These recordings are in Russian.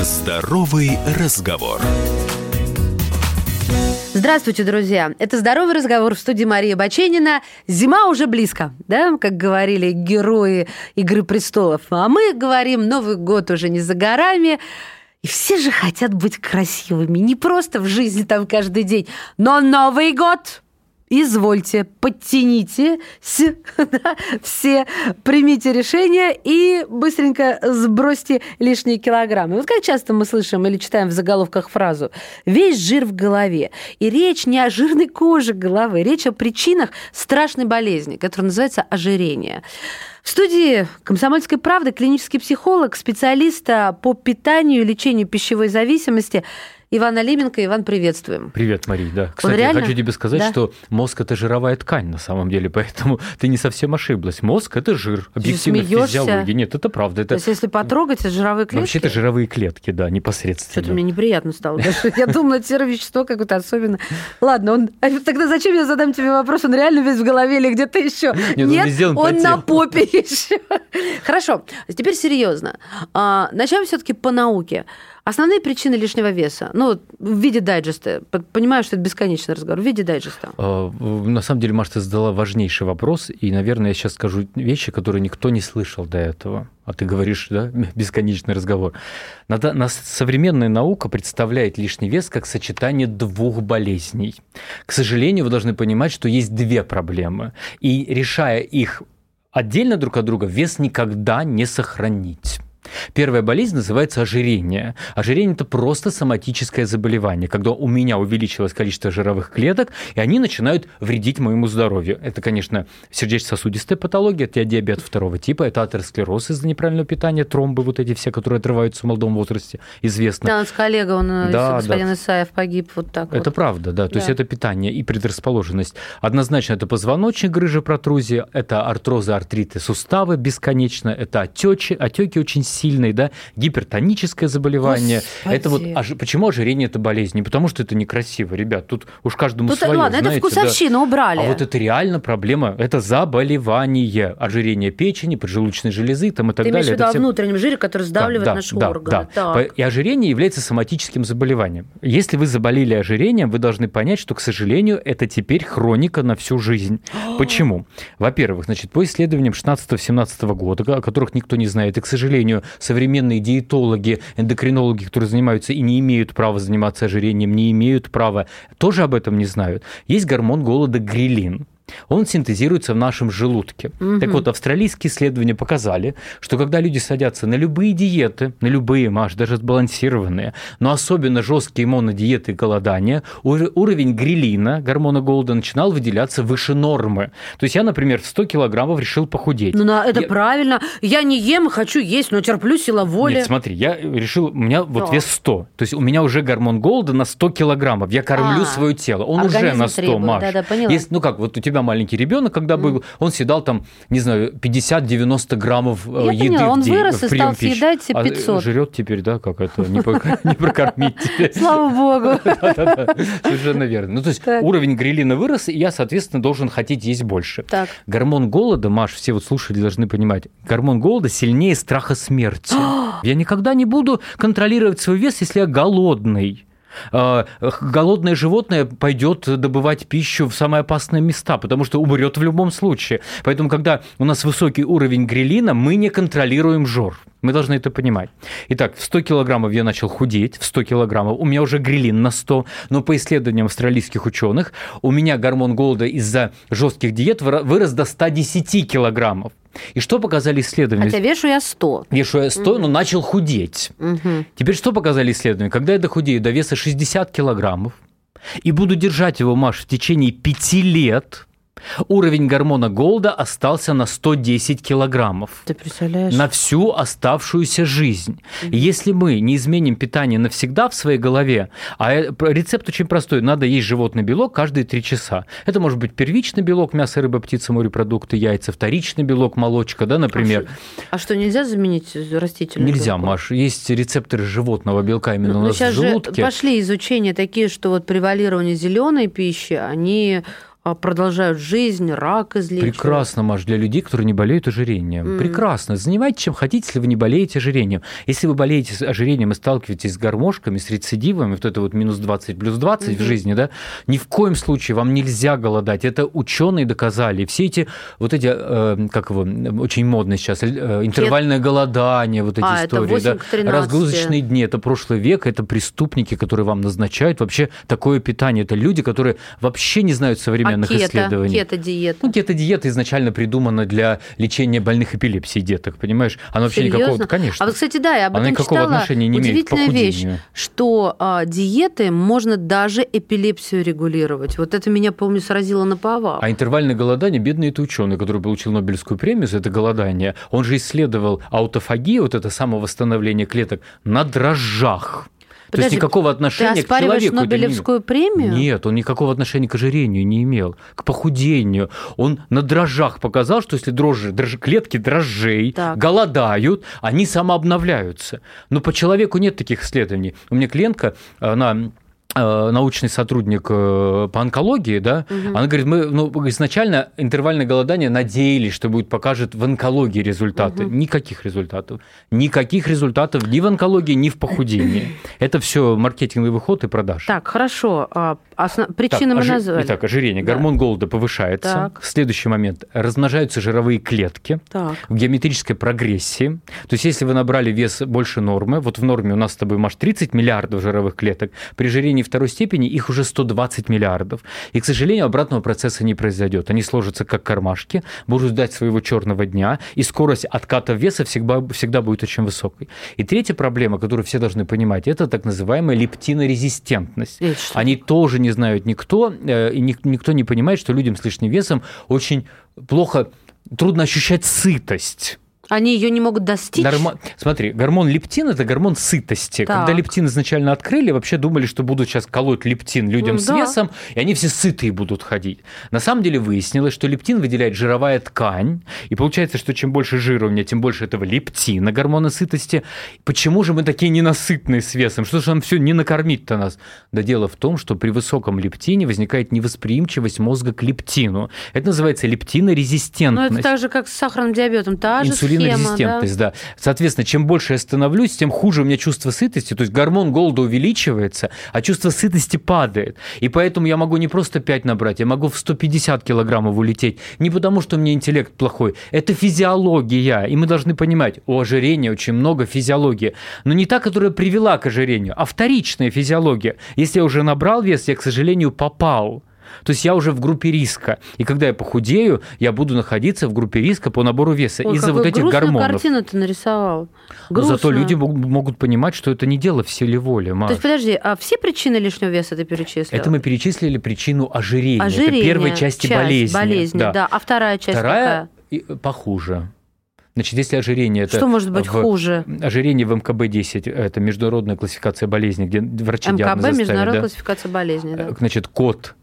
Здоровый разговор. Здравствуйте, друзья! Это «Здоровый разговор», в студии Мария Баченина. Зима уже близко, да, как говорили герои «Игры престолов». А мы говорим, Новый год уже не за горами. И все же хотят быть красивыми. Не просто в жизни там каждый день, но Новый год... Извольте, подтянитесь, да, все, примите решение и быстренько сбросьте лишние килограммы. Вот как часто мы слышим или читаем в заголовках фразу «весь жир в голове». И речь не о жирной коже головы, речь о причинах страшной болезни, которая называется ожирение. В студии «Комсомольской правды» клинический психолог, специалист по питанию и лечению пищевой зависимости Иван Алименко. Иван, приветствуем. Привет, Мария. Да. Кстати, я хочу тебе сказать, что мозг – это жировая ткань на самом деле, поэтому ты не совсем ошиблась. Мозг – это жир, объективно физиология. Нет, это правда. То есть, если потрогать, это жировые клетки? Вообще, это жировые клетки, да, непосредственно. Что-то мне неприятно стало. Я думала, это серовещество какое-то особенное. Ладно, тогда зачем я задам тебе вопрос? Он реально весь в голове или где-то еще? Нет, он на попе еще. Хорошо, теперь серьезно. Начнем все-таки по науке. Основные причины лишнего веса, ну, в виде дайджеста, понимаю, что это бесконечный разговор, в виде дайджеста. На самом деле, Маша, ты задала важнейший вопрос, и, наверное, я сейчас скажу вещи, которые никто не слышал до этого. А ты говоришь, да, бесконечный разговор. Современная наука представляет лишний вес как сочетание двух болезней. К сожалению, вы должны понимать, что есть две проблемы, и решая их отдельно друг от друга, вес никогда не сохранить. Первая болезнь называется ожирение. Ожирение – это просто соматическое заболевание, когда у меня увеличилось количество жировых клеток, и они начинают вредить моему здоровью. Это, конечно, сердечно-сосудистая патология, это диабет второго типа, это атеросклероз из-за неправильного питания, тромбы вот эти все, которые отрываются в молодом возрасте, известно. Да, у нас коллега, господин Исаев, погиб вот так вот. Это правда, да, то есть это питание и предрасположенность. Однозначно это позвоночник, грыжа, протрузия, это артрозы, артриты, суставы бесконечно, это отеки очень сильные, да, гипертоническое заболевание. Господи. Это вот почему ожирение – это болезнь? Не потому, что это некрасиво, ребят, тут уж каждому свое. Ладно, знаете, это вкусовщину убрали. А вот это реально проблема, это заболевание, ожирение печени, поджелудочной железы там, и так далее. Ты имеешь в виду о внутреннем жире, который сдавливает наши органы. Да. И ожирение является соматическим заболеванием. Если вы заболели ожирением, вы должны понять, что, к сожалению, это теперь хроника на всю жизнь. Почему? Во-первых, значит, по исследованиям 16-17 года, о которых никто не знает, и, к сожалению, современные диетологи, эндокринологи, которые занимаются и не имеют права заниматься ожирением, не имеют права, тоже об этом не знают. Есть гормон голода грелин. Он синтезируется в нашем желудке. Так вот, австралийские исследования показали, что когда люди садятся на любые диеты, на любые, Маш, даже сбалансированные, но особенно жесткие монодиеты и голодания, уровень грелина, гормона голода, начинал выделяться выше нормы. То есть я, например, в 100 килограммов решил похудеть. Ну, это правильно. Я не ем, хочу есть, но терплю, сила воли. Нет, смотри, я решил, у меня вот вес 100. То есть у меня уже гормон голода на 100 килограммов. Я кормлю свое тело. Он уже на 100, требует. Маш. Да, поняла. Есть, вот у тебя маленький ребенок, когда был, он съедал там, не знаю, 50-90 граммов еды поняла, в день. Он вырос и стал съедать 500. А жрет теперь, да, как это, не прокормить тебя. Слава богу. Да, совершенно верно. Ну, то есть уровень грелина вырос, и я, соответственно, должен хотеть есть больше. Гормон голода, Маш, все вот слушатели должны понимать, гормон голода сильнее страха смерти. Я никогда не буду контролировать свой вес, если я голодный. Голодное животное пойдет добывать пищу в самые опасные места, потому что умрет в любом случае. Поэтому, когда у нас высокий уровень грелина, мы не контролируем жор. Мы должны это понимать. Итак, в 100 килограммов я начал худеть, в 100 килограммов. У меня уже грелин на 100, но по исследованиям австралийских ученых у меня гормон голода из-за жестких диет вырос до 110 килограммов. И что показали исследования? Хотя вешу я 100. Вешу я 100, но начал худеть. Теперь что показали исследования? Когда я дохудею до веса 60 килограммов и буду держать его, Маш, в течение 5 лет, уровень гормона голода остался на 110 килограммов. Ты представляешь? На всю оставшуюся жизнь. И если мы не изменим питание навсегда в своей голове, а рецепт очень простой, надо есть животный белок каждые 3 часа. Это может быть первичный белок, мясо, рыба, птица, морепродукты, яйца, вторичный белок, молочка, да, например. А что, нельзя заменить растительный белок? Нельзя, Маш. Есть рецепторы животного белка именно у нас в желудке. Сейчас же пошли изучения такие, что вот превалирование зеленой пищи, они продолжают жизнь, рак излечивают. Прекрасно, Маш, для людей, которые не болеют ожирением. Прекрасно. Занимайтесь чем хотите, если вы не болеете ожирением. Если вы болеете ожирением и сталкиваетесь с гармошками, с рецидивами, вот это вот минус 20 плюс 20 в жизни, да, ни в коем случае вам нельзя голодать. Это ученые доказали. Все эти, вот эти, очень модные сейчас, интервальное голодание, вот эти истории, да, разгрузочные дни, это прошлый век, это преступники, которые вам назначают вообще такое питание. Это люди, которые вообще не знают современных исследований. Кето-диета? Кето-диета изначально придумана для лечения больных эпилепсией деток, понимаешь? Она вообще никакого... Конечно. А вот, кстати, да, я об этом никакого читала. Отношения не имеет к похудению. Удивительная вещь, что диеты можно даже эпилепсию регулировать. Вот это меня, помню, сразило на повал. А интервальное голодание, бедный это ученый, который получил Нобелевскую премию за это голодание, он же исследовал аутофагию, вот это самовосстановление клеток, на дрожжах. То есть никакого отношения к человеку. Нобелевскую премию? Нет, он никакого отношения к ожирению не имел, к похудению. Он на дрожжах показал, что если клетки дрожжей голодают, они самообновляются. Но по человеку нет таких исследований. У меня клиентка, она научный сотрудник по онкологии, да, она говорит, мы изначально интервальное голодание надеялись, что покажет в онкологии результаты. Никаких результатов. Никаких результатов ни в онкологии, ни в похудении. Это все маркетинговый ход и продаж. Так, хорошо. Причины мы назвали. Итак, ожирение. Да. Гормон голода повышается. Так. Следующий момент. Размножаются жировые клетки в геометрической прогрессии. То есть, если вы набрали вес больше нормы, вот в норме у нас с тобой, Маш, 30 миллиардов жировых клеток, при ожирении второй степени их уже 120 миллиардов. И, к сожалению, обратного процесса не произойдет. Они сложатся как кармашки, будут ждать своего черного дня, и скорость отката веса всегда будет очень высокой. И третья проблема, которую все должны понимать, это так называемая лептинорезистентность. Они тоже не знают никто, и никто не понимает, что людям с лишним весом очень трудно ощущать сытость. Они ее не могут достичь? Смотри, гормон лептин – это гормон сытости. Так. Когда лептин изначально открыли, вообще думали, что будут сейчас колоть лептин людям с весом, и они все сытые будут ходить. На самом деле выяснилось, что лептин выделяет жировая ткань, и получается, что чем больше жира у меня, тем больше этого лептина, гормона сытости. Почему же мы такие ненасытные с весом? Что же нам все не накормить-то нас? Да дело в том, что при высоком лептине возникает невосприимчивость мозга к лептину. Это называется лептинорезистентность. Но это так же, как с сахарным диабетом. Та же инсулинорезистентность, да. Соответственно, чем больше я становлюсь, тем хуже у меня чувство сытости. То есть гормон голода увеличивается, а чувство сытости падает. И поэтому я могу не просто 5 набрать, я могу в 150 килограммов улететь. Не потому, что у меня интеллект плохой. Это физиология. И мы должны понимать, у ожирения очень много физиологии. Но не та, которая привела к ожирению, а вторичная физиология. Если я уже набрал вес, я, к сожалению, попал. То есть я уже в группе риска. И когда я похудею, я буду находиться в группе риска по набору веса из-за вот этих гормонов. Картину ты нарисовал. Зато люди могут понимать, что это не дело в силе воли, Маш. То есть, подожди, а все причины лишнего веса ты перечислил? Это мы перечислили причину ожирения. Это первой части болезни. Да. А вторая часть какая? Похуже. Значит, если ожирение... Что может быть хуже? Ожирение в МКБ-10, это международная классификация болезней, где врачи диагноз ставят. МКБ – международная классификация болезней, да. Значит, код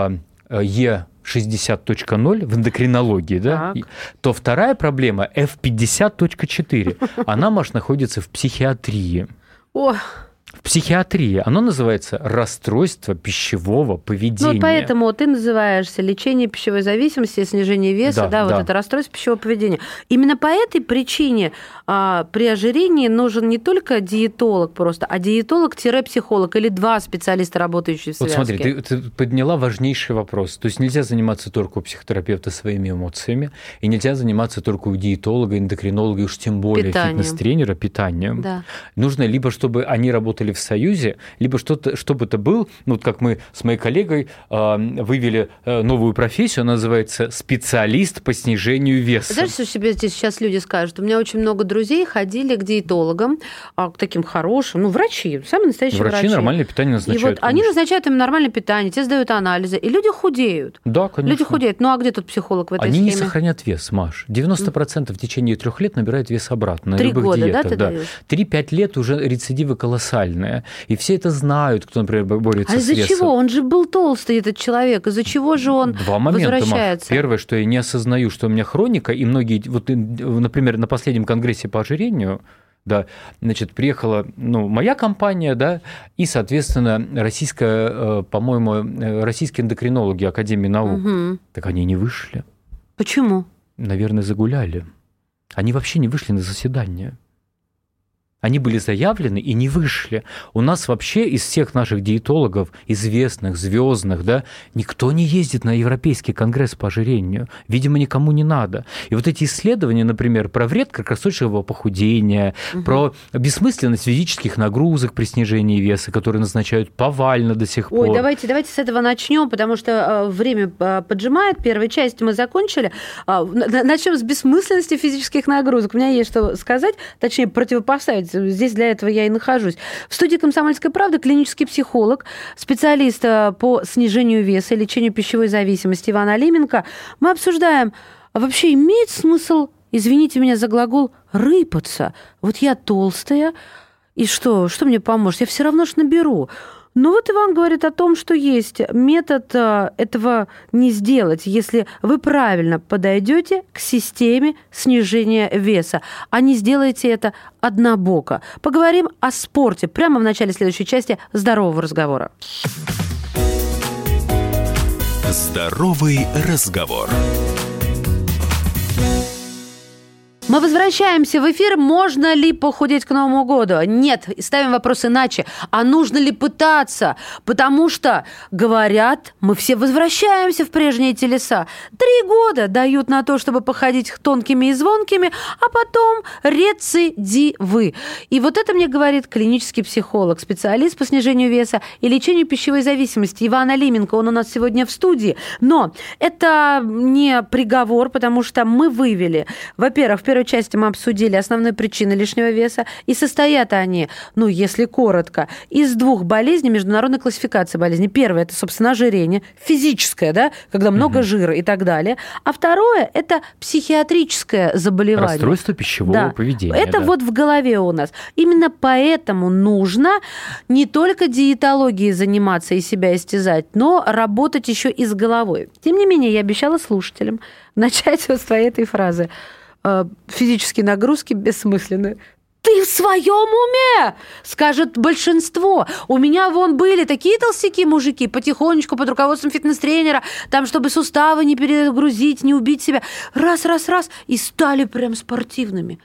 Е60.0 в эндокринологии, да, то вторая проблема F50.4, она, Маш, находится в психиатрии. В психиатрии оно называется расстройство пищевого поведения. Ну, поэтому ты называешься лечение пищевой зависимости, снижение веса, вот это расстройство пищевого поведения. Именно по этой причине при ожирении нужен не только диетолог просто, а диетолог-психолог или 2 специалиста, работающие в связке. Вот смотри, ты подняла важнейший вопрос. То есть нельзя заниматься только у психотерапевта своими эмоциями, и нельзя заниматься только у диетолога, эндокринолога, и уж тем более фитнес-тренера питанием. Да. Нужно либо, чтобы они работали в союзе, либо чтобы это был, как мы с моей коллегой вывели новую профессию, она называется специалист по снижению веса. Знаешь, что себе здесь сейчас люди скажут? У меня очень много друзей ходили к диетологам, к таким хорошим, врачи, самые настоящие врачи. Врачи нормальное питание назначают. И вот они назначают им нормальное питание, те сдают анализы, и люди худеют. Да, конечно. Люди худеют. А где тут психолог в этой схеме? Они не сохранят вес, Маш. 90% в течение 3 лет набирают вес обратно. 3 года, диетах, ты даешь? 3-5 лет уже рецидивы колоссальные. И все это знают, кто, например, борется с весом. А из-за чего? Он же был толстый, этот человек. Из-за чего же он 2 момента, возвращается? Первое, что я не осознаю, что у меня хроника, и многие, например, на последнем конгрессе по ожирению Да, значит, приехала, моя компания, да, и, соответственно, российские эндокринологи Академии наук. Угу. Так они не вышли. Почему? Наверное, загуляли. Они вообще не вышли на заседание. Они были заявлены и не вышли. У нас вообще из всех наших диетологов, известных, звездных, да, никто не ездит на Европейский конгресс по ожирению. Видимо, никому не надо. И вот эти исследования, например, про вред краткосрочного похудения, про бессмысленность физических нагрузок при снижении веса, которые назначают повально до сих пор. Ой, давайте с этого начнем, потому что время поджимает. Первую часть мы закончили. Начнем с бессмысленности физических нагрузок. У меня есть что сказать, точнее, противопоставить. Здесь для этого я и нахожусь. В студии «Комсомольской правды» клинический психолог, специалист по снижению веса и лечению пищевой зависимости Иван Алименко. Мы обсуждаем, а вообще имеет смысл, извините меня за глагол, рыпаться? Вот я толстая, и что мне поможет? Я все равно ж наберу. Но вот Иван говорит о том, что есть метод этого не сделать, если вы правильно подойдете к системе снижения веса, а не сделаете это однобоко. Поговорим о спорте прямо в начале следующей части «Здорового разговора». Здоровый разговор. Мы возвращаемся в эфир. Можно ли похудеть к Новому году? Нет. Ставим вопрос иначе. А нужно ли пытаться? Потому что, говорят, мы все возвращаемся в прежние телеса. 3 года дают на то, чтобы походить тонкими и звонкими, а потом рецидивы. И вот это мне говорит клинический психолог, специалист по снижению веса и лечению пищевой зависимости Иван Алименко. Он у нас сегодня в студии. Но это не приговор, потому что мы вывели, во-первых, в первой части мы обсудили основные причины лишнего веса, и состоят они, если коротко, из 2 болезней международной классификации болезней. Первое – это, собственно, ожирение, физическое, да, когда много жира и так далее. А второе – это психиатрическое заболевание. Расстройство пищевого поведения. Это вот в голове у нас. Именно поэтому нужно не только диетологией заниматься и себя истязать, но работать еще и с головой. Тем не менее, я обещала слушателям начать вот с этой фразы. Физические нагрузки бессмысленны. Ты в своем уме, скажет большинство. У меня были такие толстяки мужики, потихонечку под руководством фитнес-тренера, там, чтобы суставы не перегрузить, не убить себя. Раз, и стали прям спортивными.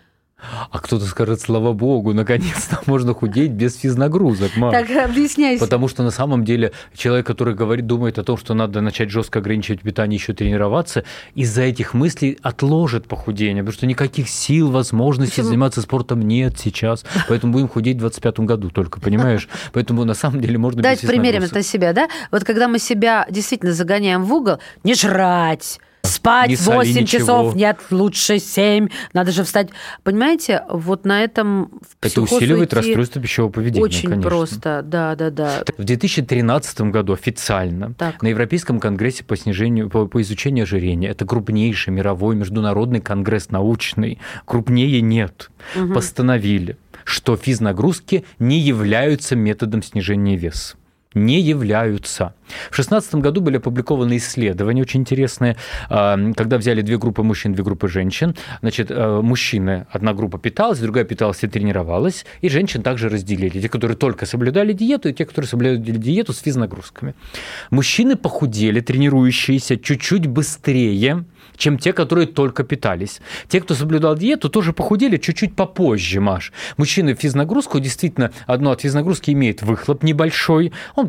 А кто-то скажет, слава богу, наконец-то можно худеть без физнагрузок, Маш. Так, объясняйся. Потому что на самом деле человек, который думает о том, что надо начать жестко ограничивать питание, еще тренироваться, из-за этих мыслей отложит похудение, потому что никаких сил, возможностей заниматься спортом нет сейчас, поэтому будем худеть в 2025 году только, понимаешь? Поэтому на самом деле можно без физнагрузок. Давайте примерим это себя, да? Вот когда мы себя действительно загоняем в угол, не жрать, спать 8 часов, нет, лучше 7, надо же встать. Понимаете, вот на этом в это усиливает расстройство пищевого поведения, очень конечно. Просто, да. В 2013 году официально на Европейском конгрессе по изучению ожирения, это крупнейший мировой международный конгресс научный, крупнее нет, постановили, что физнагрузки не являются методом снижения веса. Не являются. В 2016 году были опубликованы исследования очень интересные, когда взяли 2 группы мужчин, 2 группы женщин. Значит, мужчины, одна группа питалась, другая питалась и тренировалась, и женщин также разделили. Те, которые только соблюдали диету, и те, которые соблюдали диету с физнагрузками. Мужчины похудели, тренирующиеся, чуть-чуть быстрее, чем те, которые только питались. Те, кто соблюдал диету, тоже похудели чуть-чуть попозже, Маш. Мужчины физнагрузку, действительно, одно от физнагрузки имеет выхлоп небольшой, он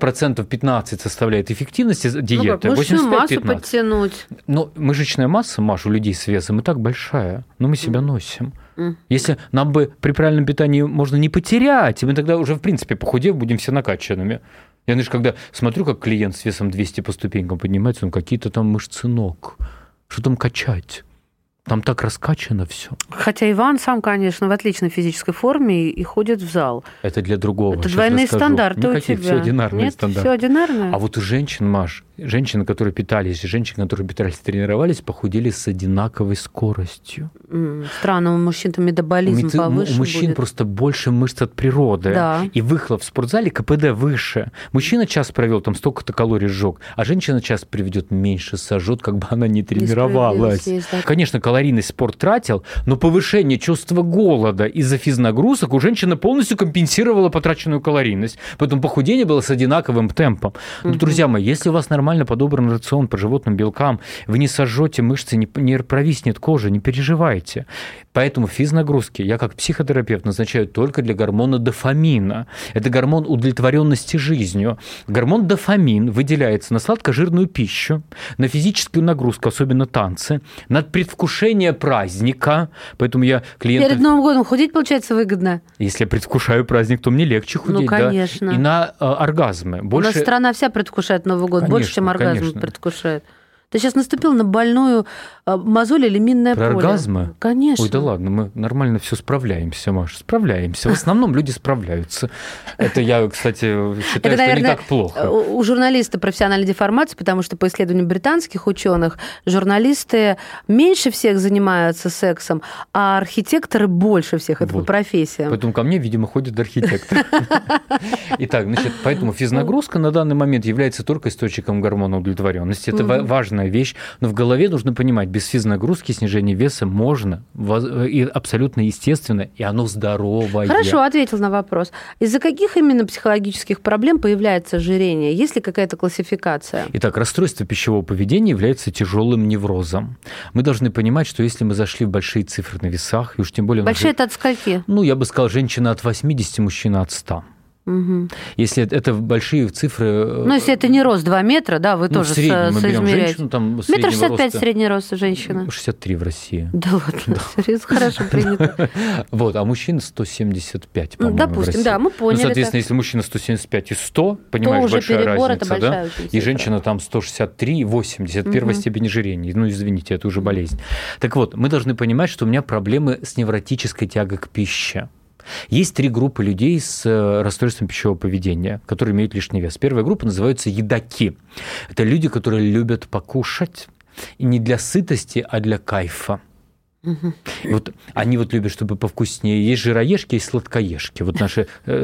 15% составляет эффективности диеты. Мышечную массу подтянуть. Но мышечная масса, Маш, у людей с весом и так большая, но мы себя носим. Если нам бы при правильном питании можно не потерять, мы тогда уже, в принципе, похудев, будем все накачанными. Я, знаешь, когда смотрю, как клиент с весом 200 по ступенькам поднимается, он какие-то там мышцы ног. Что там качать? Там так раскачано все. Хотя Иван сам, конечно, в отличной физической форме и ходит в зал. Это для другого. Это двойные стандарты у тебя. Все одинарные Нет, стандарты. Все одинарное. А вот у женщин, Маш, женщины, которые питались, и женщины, которые питались, тренировались, похудели с одинаковой скоростью. Странно, у мужчин-то метаболизм повыше у мужчин будет. Просто больше мышц от природы. Да. И выхлоп в спортзале КПД выше. Мужчина час провел, там столько-то калорий сжег, а женщина час приведет меньше, сожжет, как бы она не тренировалась. Есть, да. Конечно, калорий калорийность спорт тратил, но повышение чувства голода из-за физнагрузок у женщины полностью компенсировало потраченную калорийность. Поэтому похудение было с одинаковым темпом. Но, друзья мои, если у вас нормально подобран рацион по животным белкам, вы не сожжете мышцы, не провиснет кожа, не переживайте. Поэтому физнагрузки я как психотерапевт назначаю только для гормона дофамина. Это гормон удовлетворенности жизнью. Гормон дофамин выделяется на сладкожирную пищу, на физическую нагрузку, особенно танцы, на предвкушение праздника. Поэтому я клиентам... Перед Новым годом худеть, получается, выгодно? Если я предвкушаю праздник, то мне легче худеть. Ну, конечно. Да? И на оргазмы. У нас страна вся предвкушает Новый год, конечно, больше, чем оргазм конечно. предвкушает. Ты сейчас наступил на больную мозоль или минное поле. Про оргазмы? Конечно. Ой, да ладно, мы нормально все справляемся, Маш, справляемся. В основном люди справляются. Это я, кстати, считаю, что не так плохо. У журналиста профессиональной деформации, потому что по исследованиям британских ученых журналисты меньше всех занимаются сексом, а архитекторы больше всех. Это по профессиям. Поэтому ко мне, видимо, ходит архитектор. Итак, значит, поэтому физнагрузка на данный момент является только источником гормона удовлетворенности. Это важная вещь, но в голове нужно понимать, без физнагрузки снижение веса можно, и абсолютно естественно, и оно здоровое. Хорошо, ответил на вопрос. Из-за каких именно психологических проблем появляется ожирение? Есть ли какая-то классификация? Итак, расстройство пищевого поведения является тяжелым неврозом. Мы должны понимать, что если мы зашли в большие цифры на весах, и уж тем более... Большие это от скольки? Ну, я бы сказал, женщина от 80, мужчина от 100. Угу. Если это большие цифры... Ну, если это не рост 2 метра, да, вы тоже соизмеряете. Метр 65 средний рост женщины. 63 в России. Да ладно, серьезно, хорошо принято. Вот, а мужчин 175, по-моему, допустим, да, мы поняли. Ну, соответственно, если мужчина 175 и 100, понимаешь, большая разница, да? И женщина там 163 и 80, первой степени ожирения. Ну, извините, это уже болезнь. Так вот, мы должны понимать, что у меня проблемы с невротической тягой к пище. Есть 3 группы людей с расстройством пищевого поведения, которые имеют лишний вес. Первая группа называется едоки. Это люди, которые любят покушать, и не для сытости, а для кайфа. Вот они вот любят, чтобы повкуснее. Есть жироежки, есть сладкоежки. Вот наши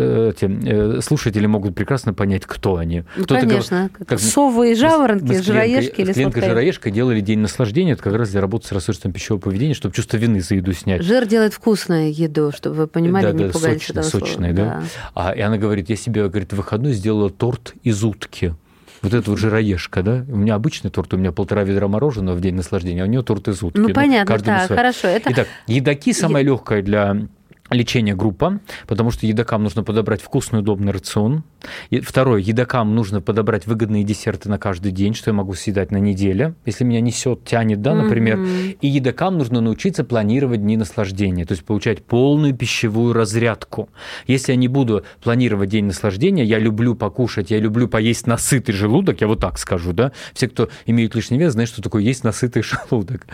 слушатели могут прекрасно понять, кто они. Ну, конечно. Совы и жаворонки, жироежки или сладкоежки. Жироежка делали день наслаждения, это как раз для работы с расстройством пищевого поведения, чтобы чувство вины за еду снять. Жир делает вкусную еду, чтобы вы понимали, не пугались этого слова. Сочная, да. И она говорит, я себе, говорит, в выходной сделала торт из утки. Вот это вот жироежка, да? У меня обычный торт, у меня 1,5 ведра мороженого в день наслаждения, а у нее торт из утки. Ну, понятно, да, хорошо. Итак, едоки самая легкая для лечения группа, потому что едокам нужно подобрать вкусный, удобный рацион. Второе, едокам нужно подобрать выгодные десерты на каждый день, что я могу съедать на неделю, если меня несет, тянет, да, например. И едокам нужно научиться планировать дни наслаждения, то есть получать полную пищевую разрядку. Если я не буду планировать день наслаждения, я люблю покушать, я люблю поесть на сытый желудок, я вот так скажу, да, все, кто имеют лишний вес, знают, что такое есть на сытый желудок.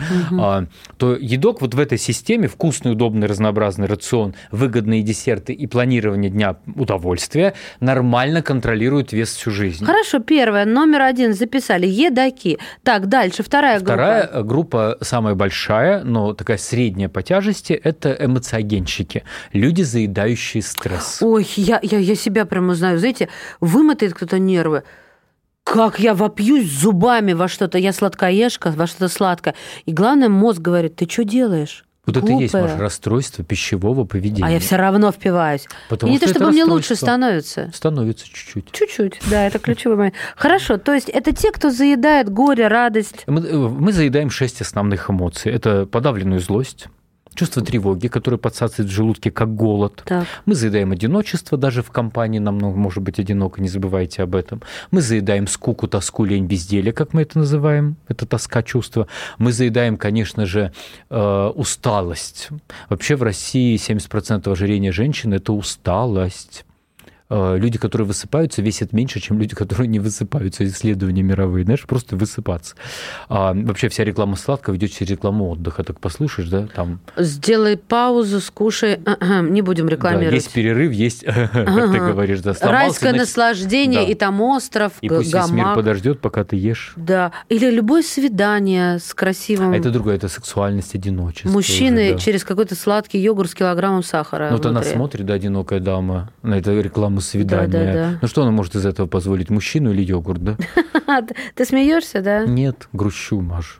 То едок вот в этой системе, вкусный, удобный, разнообразный рацион, выгодные десерты и планирование дня удовольствия нормально контролирует вес всю жизнь. Хорошо, первое, номер 1 записали, едоки. Так, дальше, вторая группа. Вторая группа самая большая, но такая средняя по тяжести, это эмоциогенщики, люди, заедающие стресс. Ой, я себя прямо знаю, знаете, вымотает кто-то нервы. Как я вопьюсь зубами во что-то, я сладкоежка, во что-то сладкое. И главное, мозг говорит, ты что делаешь? Вот глупая. Это и есть, Маша, расстройство пищевого поведения. А я все равно впиваюсь. Потому и не то, чтобы мне лучше становится. Становится чуть-чуть. Чуть-чуть, да, это ключевой момент. Хорошо, то есть это те, кто заедает горе, радость. Мы заедаем 6 основных эмоций. Это подавленную злость, чувство тревоги, которое подсасывает в желудке, как голод. Так. Мы заедаем одиночество, даже в компании нам может быть одиноко, не забывайте об этом. Мы заедаем скуку, тоску, лень, безделье, как мы это называем. Это тоска, чувство. Мы заедаем, конечно же, усталость. Вообще в России 70% ожирения женщин – это усталость. Люди, которые высыпаются, весят меньше, чем люди, которые не высыпаются. Исследования мировые, знаешь, просто высыпаться. Вообще вся реклама сладкого ведет через рекламу отдыха. Так послушаешь, да? Там... Сделай паузу, скушай. Не будем рекламировать. Да, есть перерыв, есть, как ты говоришь, да, сломался, райское наслаждение, да. И там остров, и пусть гамак. Весь мир подождет, пока ты ешь. Да. Или любое свидание с красивым... А это другое, это сексуальность, одиночество. Мужчины уже, да. через какой-то сладкий йогурт с килограммом сахара. Вот она смотрит, да, одинокая дама, на эту рекламу свидания. Да. Ну что она может из этого позволить, мужчину или йогурт, да? Ты смеешься, да? Нет, грущу, Маш.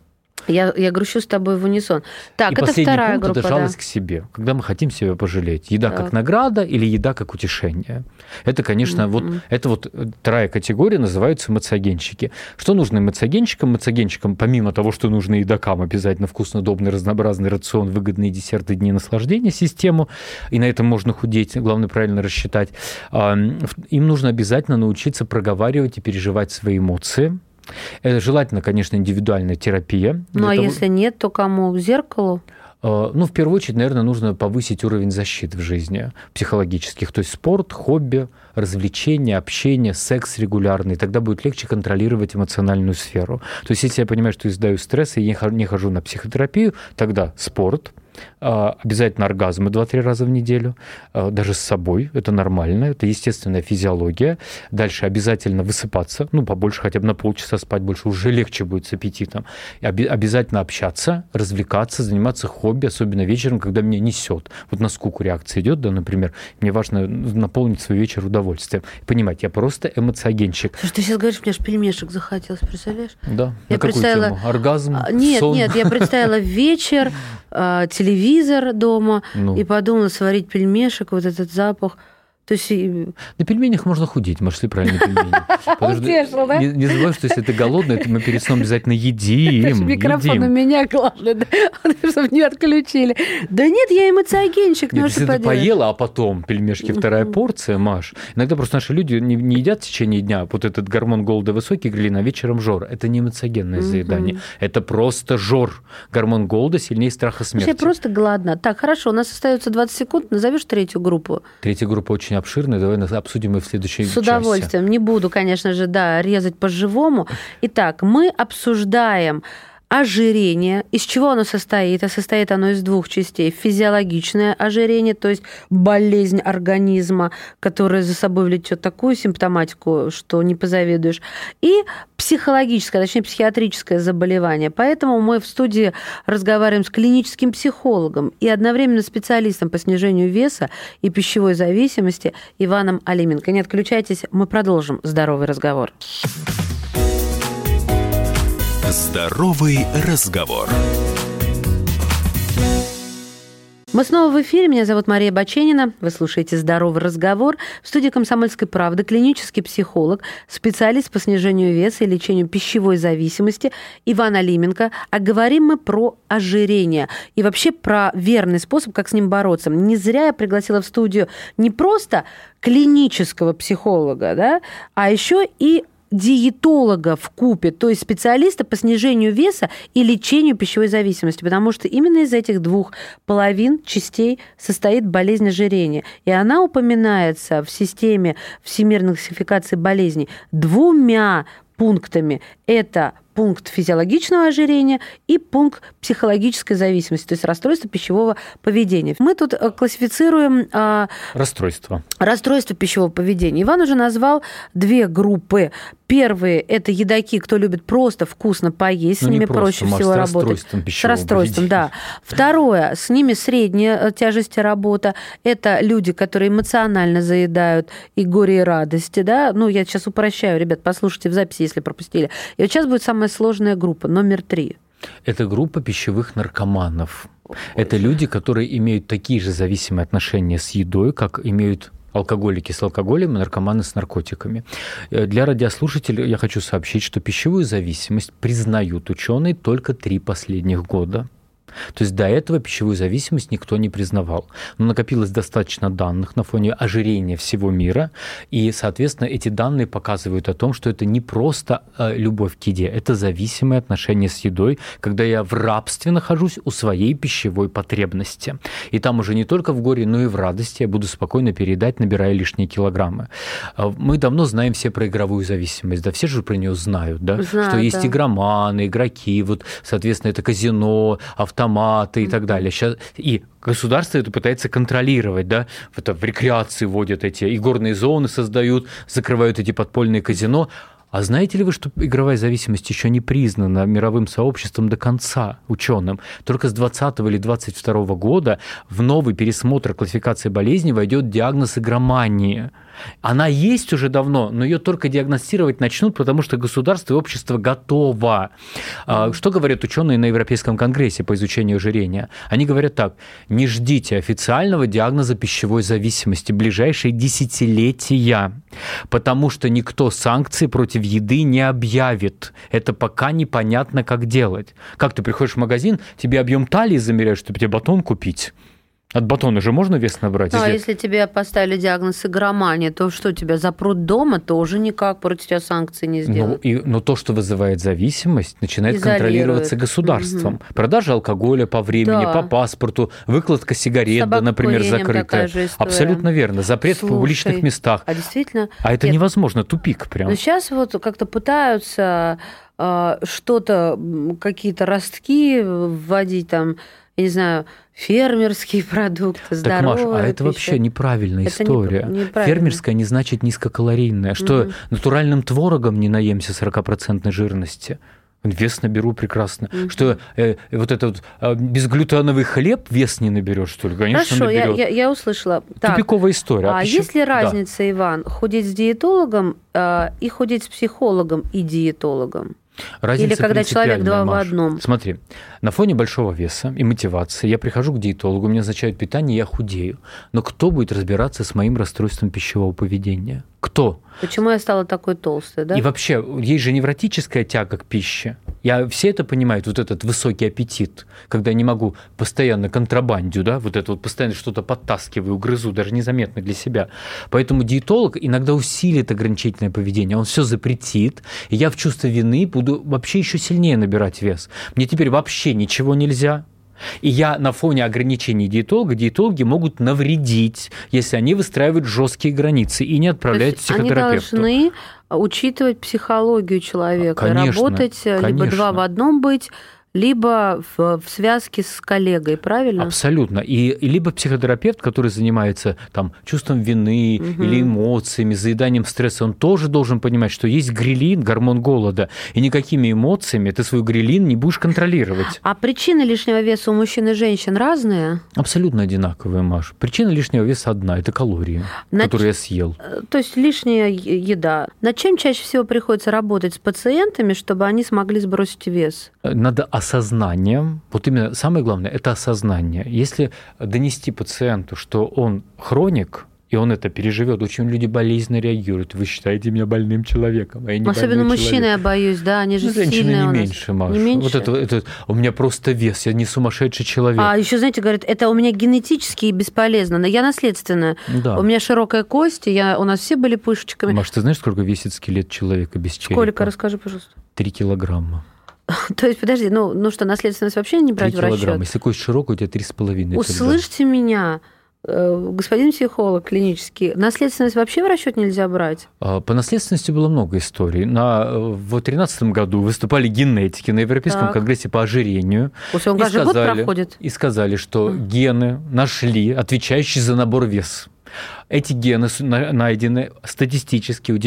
Я грущу с тобой в унисон. Так, И это последний вторая пункт – группа, это жалость к себе, когда мы хотим себя пожалеть. Еда как награда или еда как утешение. Это, конечно, вот вторая категория, называются эмоциогенщики. Что нужно эмоциогенщикам? Эмоциогенщикам, помимо того, что нужно едокам, обязательно вкусно, удобный, разнообразный рацион, выгодные десерты, дни наслаждения, систему, и на этом можно худеть, главное правильно рассчитать. Им нужно обязательно научиться проговаривать и переживать свои эмоции. Это желательно, конечно, индивидуальная терапия. Ну, а если нет, то кому? К зеркалу? Ну, в первую очередь, наверное, нужно повысить уровень защиты в жизни психологических. То есть спорт, хобби, развлечения, общение, секс регулярный. Тогда будет легче контролировать эмоциональную сферу. То есть если я понимаю, что издаю стресс и не хожу на психотерапию, тогда спорт, обязательно оргазмы 2-3 раза в неделю, даже с собой, это нормально, это естественная физиология. Дальше обязательно высыпаться, ну, побольше, хотя бы на полчаса спать больше, уже легче будет с аппетитом. И обязательно общаться, развлекаться, заниматься хобби, особенно вечером, когда меня несет. Вот на скуку реакция идет, да, например, мне важно наполнить свой вечер удовольствием. Понимать, я просто эмоциогенщик. Слушай, ты сейчас говоришь, мне аж пельмешек захотелось, представляешь? Да, я на какую тему? Оргазм, сон? Нет, я представила вечер, телевизор дома, и подумала сварить пельмешек, вот этот запах. То есть... На пельменях можно худеть, нашли правильные пельмени. Утешил, да? Не забывай, что если ты голодный, то мы перед сном обязательно едим. Микрофон у меня главное, чтобы не отключили. Да нет, я эмоциогенщик. Если ты поела, а потом пельмешки вторая порция, Маш. Иногда просто наши люди не едят в течение дня. Вот этот гормон голода высокий, грилин, а вечером жор. Это не эмоциогенное заедание. Это просто жор. Гормон голода сильнее страха смерти. Я просто голодна. Так, хорошо, у нас остается 20 секунд. Назовешь третью группу? Третья группа очень обширная. Давай обсудим ее в следующей части. С удовольствием. Не буду, конечно же, резать по-живому. Итак, мы обсуждаем ожирение. Из чего оно состоит? А состоит оно из двух частей. Физиологичное ожирение, то есть болезнь организма, которая за собой влечет такую симптоматику, что не позавидуешь. И психологическое, точнее, психиатрическое заболевание. Поэтому мы в студии разговариваем с клиническим психологом и одновременно специалистом по снижению веса и пищевой зависимости Иваном Алименко. Не отключайтесь, мы продолжим здоровый разговор. Здоровый разговор. Мы снова в эфире. Меня зовут Мария Баченина. Вы слушаете «Здоровый разговор». В студии «Комсомольской правды» клинический психолог, специалист по снижению веса и лечению пищевой зависимости Иван Алименко. А говорим мы про ожирение и вообще про верный способ, как с ним бороться. Не зря я пригласила в студию не просто клинического психолога, да, а еще и диетолога вкупе, то есть специалиста по снижению веса и лечению пищевой зависимости, потому что именно из этих двух половин, частей состоит болезнь ожирения. И она упоминается в системе всемирной классификации болезней 2 пунктами. Это пункт физиологичного ожирения и пункт психологической зависимости, то есть расстройство пищевого поведения. Мы тут классифицируем... Расстройство пищевого поведения. Иван уже назвал 2 группы. Первые – это едоки, кто любит просто вкусно поесть, с ними проще всего работать. С расстройством, да. Второе – с ними средняя тяжесть работа. Это люди, которые эмоционально заедают и горе, и радости. Да? Ну, я сейчас упрощаю, ребят, послушайте в записи, если пропустили. И вот сейчас будет самая сложная группа, номер 3. Это группа пищевых наркоманов. Это люди, которые имеют такие же зависимые отношения с едой, как имеют алкоголики с алкоголем и наркоманы с наркотиками. Для радиослушателей я хочу сообщить, что пищевую зависимость признают ученые только 3 последних года. То есть до этого пищевую зависимость никто не признавал. Но накопилось достаточно данных на фоне ожирения всего мира, и, соответственно, эти данные показывают о том, что это не просто любовь к еде, это зависимые отношения с едой, когда я в рабстве нахожусь у своей пищевой потребности. И там уже не только в горе, но и в радости я буду спокойно переедать, набирая лишние килограммы. Мы давно знаем все про игровую зависимость, да, все же про нее знают, да, что есть игроманы, игроки, вот, соответственно, это казино, автоматы и так далее. Сейчас и государство это пытается контролировать, да, в рекреации вводят эти игорные зоны, создают, закрывают эти подпольные казино. А знаете ли вы, что игровая зависимость еще не признана мировым сообществом до конца, ученым? Только с 2020 или 2022 года в новый пересмотр классификации болезней войдет диагноз игромании. Она есть уже давно, но ее только диагностировать начнут, потому что государство и общество готово. Что говорят ученые на Европейском конгрессе по изучению ожирения? Они говорят так: не ждите официального диагноза пищевой зависимости в ближайшие десятилетия, потому что никто санкции против еды не объявит. Это пока непонятно, как делать. Как ты приходишь в магазин, тебе объем талии замеряют, чтобы тебе батон купить. От батона же можно вес набрать? А если тебе поставили диагноз игромания, то что, тебя запрут дома, то уже никак против тебя санкций не сделают. Но то, что вызывает зависимость, начинает контролироваться государством. Угу. Продажа алкоголя по времени, по паспорту, выкладка сигарет, например, закрытая. Абсолютно верно. Запрет в публичных местах. А действительно... А это невозможно, тупик прям. Но сейчас вот как-то пытаются что-то, какие-то ростки вводить там, я не знаю, фермерские продукты, здоровая Так, Маш, а это пища. Вообще неправильная история. Фермерская не значит низкокалорийная. Что натуральным творогом не наемся 40% жирности? Вес наберу прекрасно. Что вот этот безглютеновый хлеб вес не наберешь, что ли? Конечно, хорошо, наберет. Я услышала. Тупиковая история. А есть ли разница, Иван, худеть с диетологом и худеть с психологом и диетологом? Разница или когда человек два Маш. в одном? Смотри, на фоне большого веса и мотивации я прихожу к диетологу, мне назначают питание, я худею. Но кто будет разбираться с моим расстройством пищевого поведения? Кто? Почему я стала такой толстой, да? И вообще, есть же невротическая тяга к пище. Все это понимают, вот этот высокий аппетит, когда я не могу постоянно контрабандию, да, вот это вот постоянно что-то подтаскиваю, грызу, даже незаметно для себя. Поэтому диетолог иногда усилит ограничительное поведение, он все запретит, и я в чувство вины буду вообще еще сильнее набирать вес. Мне теперь вообще ничего нельзя. И я на фоне ограничений диетологи могут навредить, если они выстраивают жесткие границы и не отправляют к психотерапевту. Они должны учитывать психологию человека, работать, либо два в одном быть, либо в связке с коллегой, правильно? Абсолютно. И либо психотерапевт, который занимается там, чувством вины или эмоциями, заеданием стресса, он тоже должен понимать, что есть грелин, гормон голода, и никакими эмоциями ты свой грелин не будешь контролировать. А причины лишнего веса у мужчин и женщин разные? Абсолютно одинаковые, Маш. Причина лишнего веса одна – это калории, которые я съел. То есть лишняя еда. Над чем чаще всего приходится работать с пациентами, чтобы они смогли сбросить вес? Надо осознанием, вот именно самое главное, это осознание. Если донести пациенту, что он хроник, и он это переживет, очень люди болезненно реагируют. Вы считаете меня больным человеком, а я не особенно больной мужчины, человек. Я боюсь, да, они же сильные. Женщины не у нас. меньше, Маш. Не меньше? Вот это, у меня просто вес, я не сумасшедший человек. А еще, знаете, говорят, это у меня генетически и бесполезно, но я наследственная. Да. У меня широкая кость, у нас все были пышечками. Маш, ты знаешь, сколько весит скелет человека без черепа? Сколько? Расскажи, пожалуйста. 3 килограмма. То есть, подожди, ну что, наследственность вообще не брать в расчет? 3 килограмма. Если кость широкая, у тебя 3,5. Услышьте меня, господин психолог клинический, наследственность вообще в расчет нельзя брать? По наследственности было много историй. В 2013 году выступали генетики на Европейском конгрессе по ожирению. Он каждый год проходит. И сказали, что гены нашли, отвечающие за набор веса. Эти гены найдены статистически у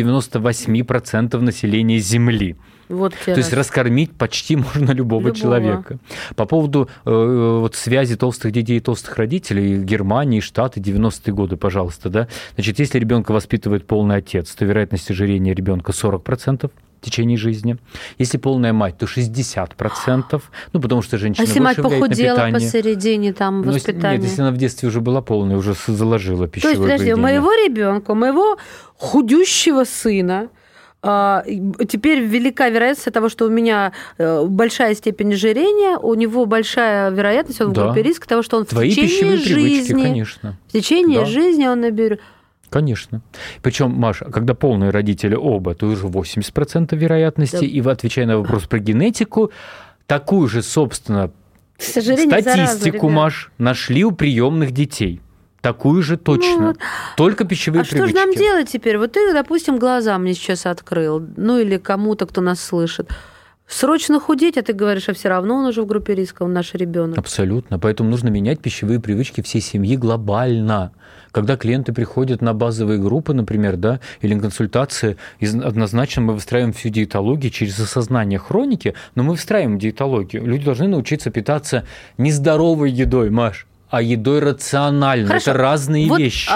98% населения Земли. Вот то есть раскормить почти можно любого человека. По поводу связи толстых детей и толстых родителей, Германии, Штаты, 90-е годы, пожалуйста. Да? Значит, если ребенка воспитывает полный отец, то вероятность ожирения ребенка 40% в течение жизни. Если полная мать, то 60%. Потому что женщина больше влияет на питание. А если мать похудела посередине воспитания? Нет, если она в детстве уже была полная, уже заложила пищевое поведение. То есть, подожди, у моего ребенка, у моего худющего сына, теперь велика вероятность того, что у меня большая степень ожирения, у него большая вероятность, он в группе риска того, что он в течение жизни он наберет. Конечно. Причем, Маша, когда полные родители оба, то уже 80% вероятности. Да. И отвечая на вопрос про генетику, такую же, собственно, статистику, Маш, нашли у приемных детей. Такую же точно. Только пищевые привычки. А что же нам делать теперь? Вот ты, допустим, глаза мне сейчас открыл, или кому-то, кто нас слышит. Срочно худеть, а ты говоришь, а все равно он уже в группе риска, он наш ребенок. Абсолютно. Поэтому нужно менять пищевые привычки всей семьи глобально. Когда клиенты приходят на базовые группы, например, да, или на консультации, однозначно мы выстраиваем всю диетологию через осознание хроники, но мы выстраиваем диетологию. Люди должны научиться питаться нездоровой едой, Маш. а едой рационально. Хорошо. Это разные вещи.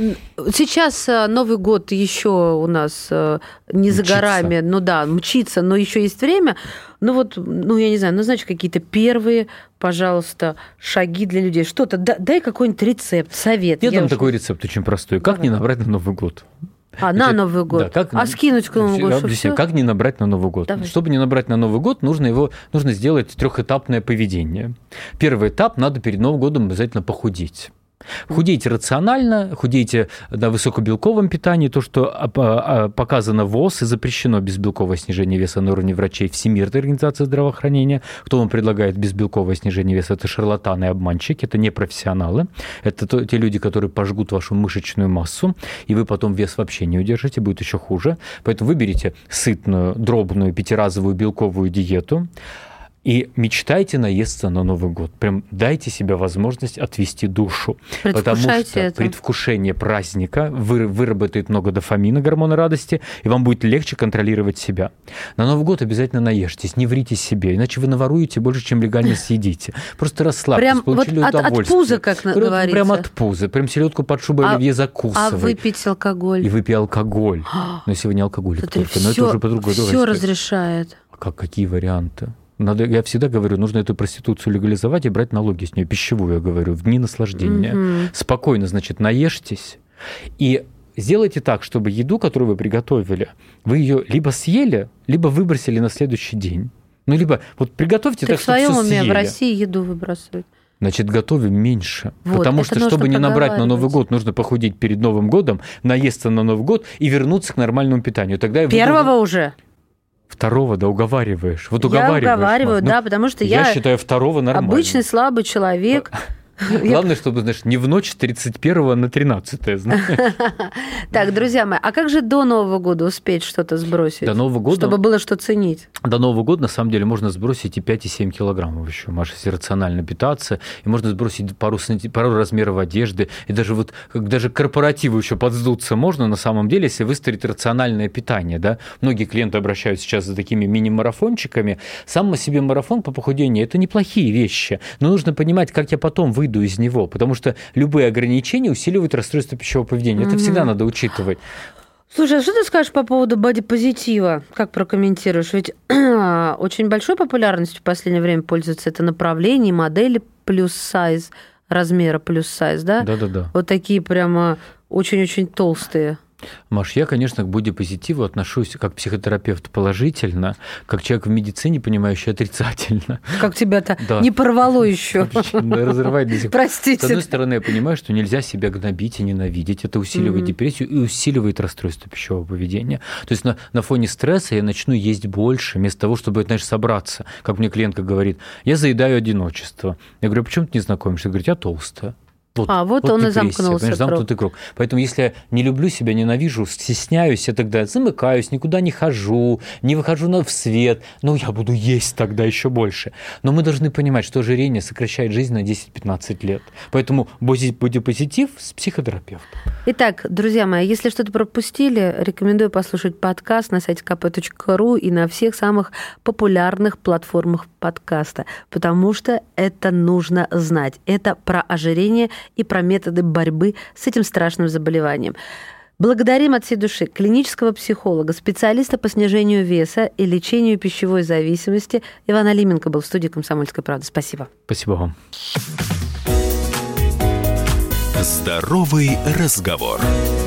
Сейчас Новый год еще у нас не за горами, мчится, но еще есть время. Я не знаю, значит, какие-то первые, пожалуйста, шаги для людей. Что-то, дай какой-нибудь рецепт, совет. Я дам такой рецепт очень простой. Как не набрать на Новый год? На Новый год. Да, скинуть к Новому году. Как не набрать на Новый год? Давай. Чтобы не набрать на Новый год, нужно сделать трехэтапное поведение. Первый этап – надо перед Новым годом обязательно похудеть. Худейте рационально, худейте на высокобелковом питании, то, что показано в ВОЗ и запрещено безбелковое снижение веса на уровне врачей Всемирной организации здравоохранения. Кто вам предлагает безбелковое снижение веса? Это шарлатаны и обманщики, это не профессионалы. Это те люди, которые пожгут вашу мышечную массу, и вы потом вес вообще не удержите, будет еще хуже. Поэтому выберите сытную, дробную, пятиразовую белковую диету. И мечтайте наесться на Новый год. Прям дайте себе возможность отвести душу. Потому что предвкушение праздника выработает много дофамина, гормона радости, и вам будет легче контролировать себя. На Новый год обязательно наешьтесь, не врите себе, иначе вы наворуете больше, чем легально съедите. Просто расслабьтесь, прям получили удовольствие. От пуза, как говорится. Прям от пуза. Прям селедку под шубой оливье закусывай. А выпить алкоголь? И выпей алкоголь. Но сегодня алкоголь только. Но это уже по-другому. Все разрешает. Какие варианты? Я всегда говорю, нужно эту проституцию легализовать и брать налоги с нее, пищевую, я говорю, в дни наслаждения. Спокойно, значит, наешьтесь и сделайте так, чтобы еду, которую вы приготовили, вы ее либо съели, либо выбросили на следующий день. Либо приготовьте так, чтобы все съели. В своем уме в России еду выбрасывают. Значит, готовим меньше. Потому что, чтобы не набрать на Новый год, нужно похудеть перед Новым годом, наесться на Новый год и вернуться к нормальному питанию. Тогда Первого уже? Второго, уговариваешь. Я уговариваю, потому что я считаю второго нормально. Обычный слабый человек. Главное, чтобы, не в ночь с 31 на 13, Так, друзья мои, а как же до Нового года успеть что-то сбросить? До Нового года? Чтобы было что ценить. До Нового года, на самом деле, можно сбросить и 5, и 7 килограммов еще, Маша, если рационально питаться, и можно сбросить пару размеров одежды, и даже к корпоративу еще подсдуться можно, на самом деле, если выстроить рациональное питание, да. Многие клиенты обращаются сейчас за такими мини-марафончиками. Сам по себе марафон по похудению – это неплохие вещи, но нужно понимать, как я потом выйду из него, потому что любые ограничения усиливают расстройство пищевого поведения. Это всегда надо учитывать. Слушай, а что ты скажешь по поводу бодипозитива? Как прокомментируешь? Ведь очень большой популярностью в последнее время пользуется это направление, модели плюс-сайз, размера плюс-сайз, да? Да-да-да. Вот такие прямо очень-очень толстые. Маш, я, конечно, к бодипозитиву отношусь как психотерапевт положительно, как человек в медицине, понимающий отрицательно. Как тебя-то не порвало еще. Разрывает до сих пор. Простите. С одной стороны, я понимаю, что нельзя себя гнобить и ненавидеть. Это усиливает депрессию и усиливает расстройство пищевого поведения. То есть на фоне стресса я начну есть больше, вместо того, чтобы, собраться. Как мне клиентка говорит, я заедаю одиночество. Я говорю, почему ты не знакомишься? Говорит, я толстая. Вот он и замкнулся. Замкнутый круг. Поэтому если я не люблю себя, ненавижу, стесняюсь, я тогда замыкаюсь, никуда не хожу, не выхожу в свет, я буду есть тогда еще больше. Но мы должны понимать, что ожирение сокращает жизнь на 10-15 лет. Поэтому бодипозитив с психотерапевтом. Итак, друзья мои, если что-то пропустили, рекомендую послушать подкаст на сайте kp.ru и на всех самых популярных платформах подкаста, потому что это нужно знать. Это про ожирение и про методы борьбы с этим страшным заболеванием. Благодарим от всей души клинического психолога, специалиста по снижению веса и лечению пищевой зависимости. Иван Алименко был в студии «Комсомольской правды». Спасибо. Спасибо вам. Здоровый разговор.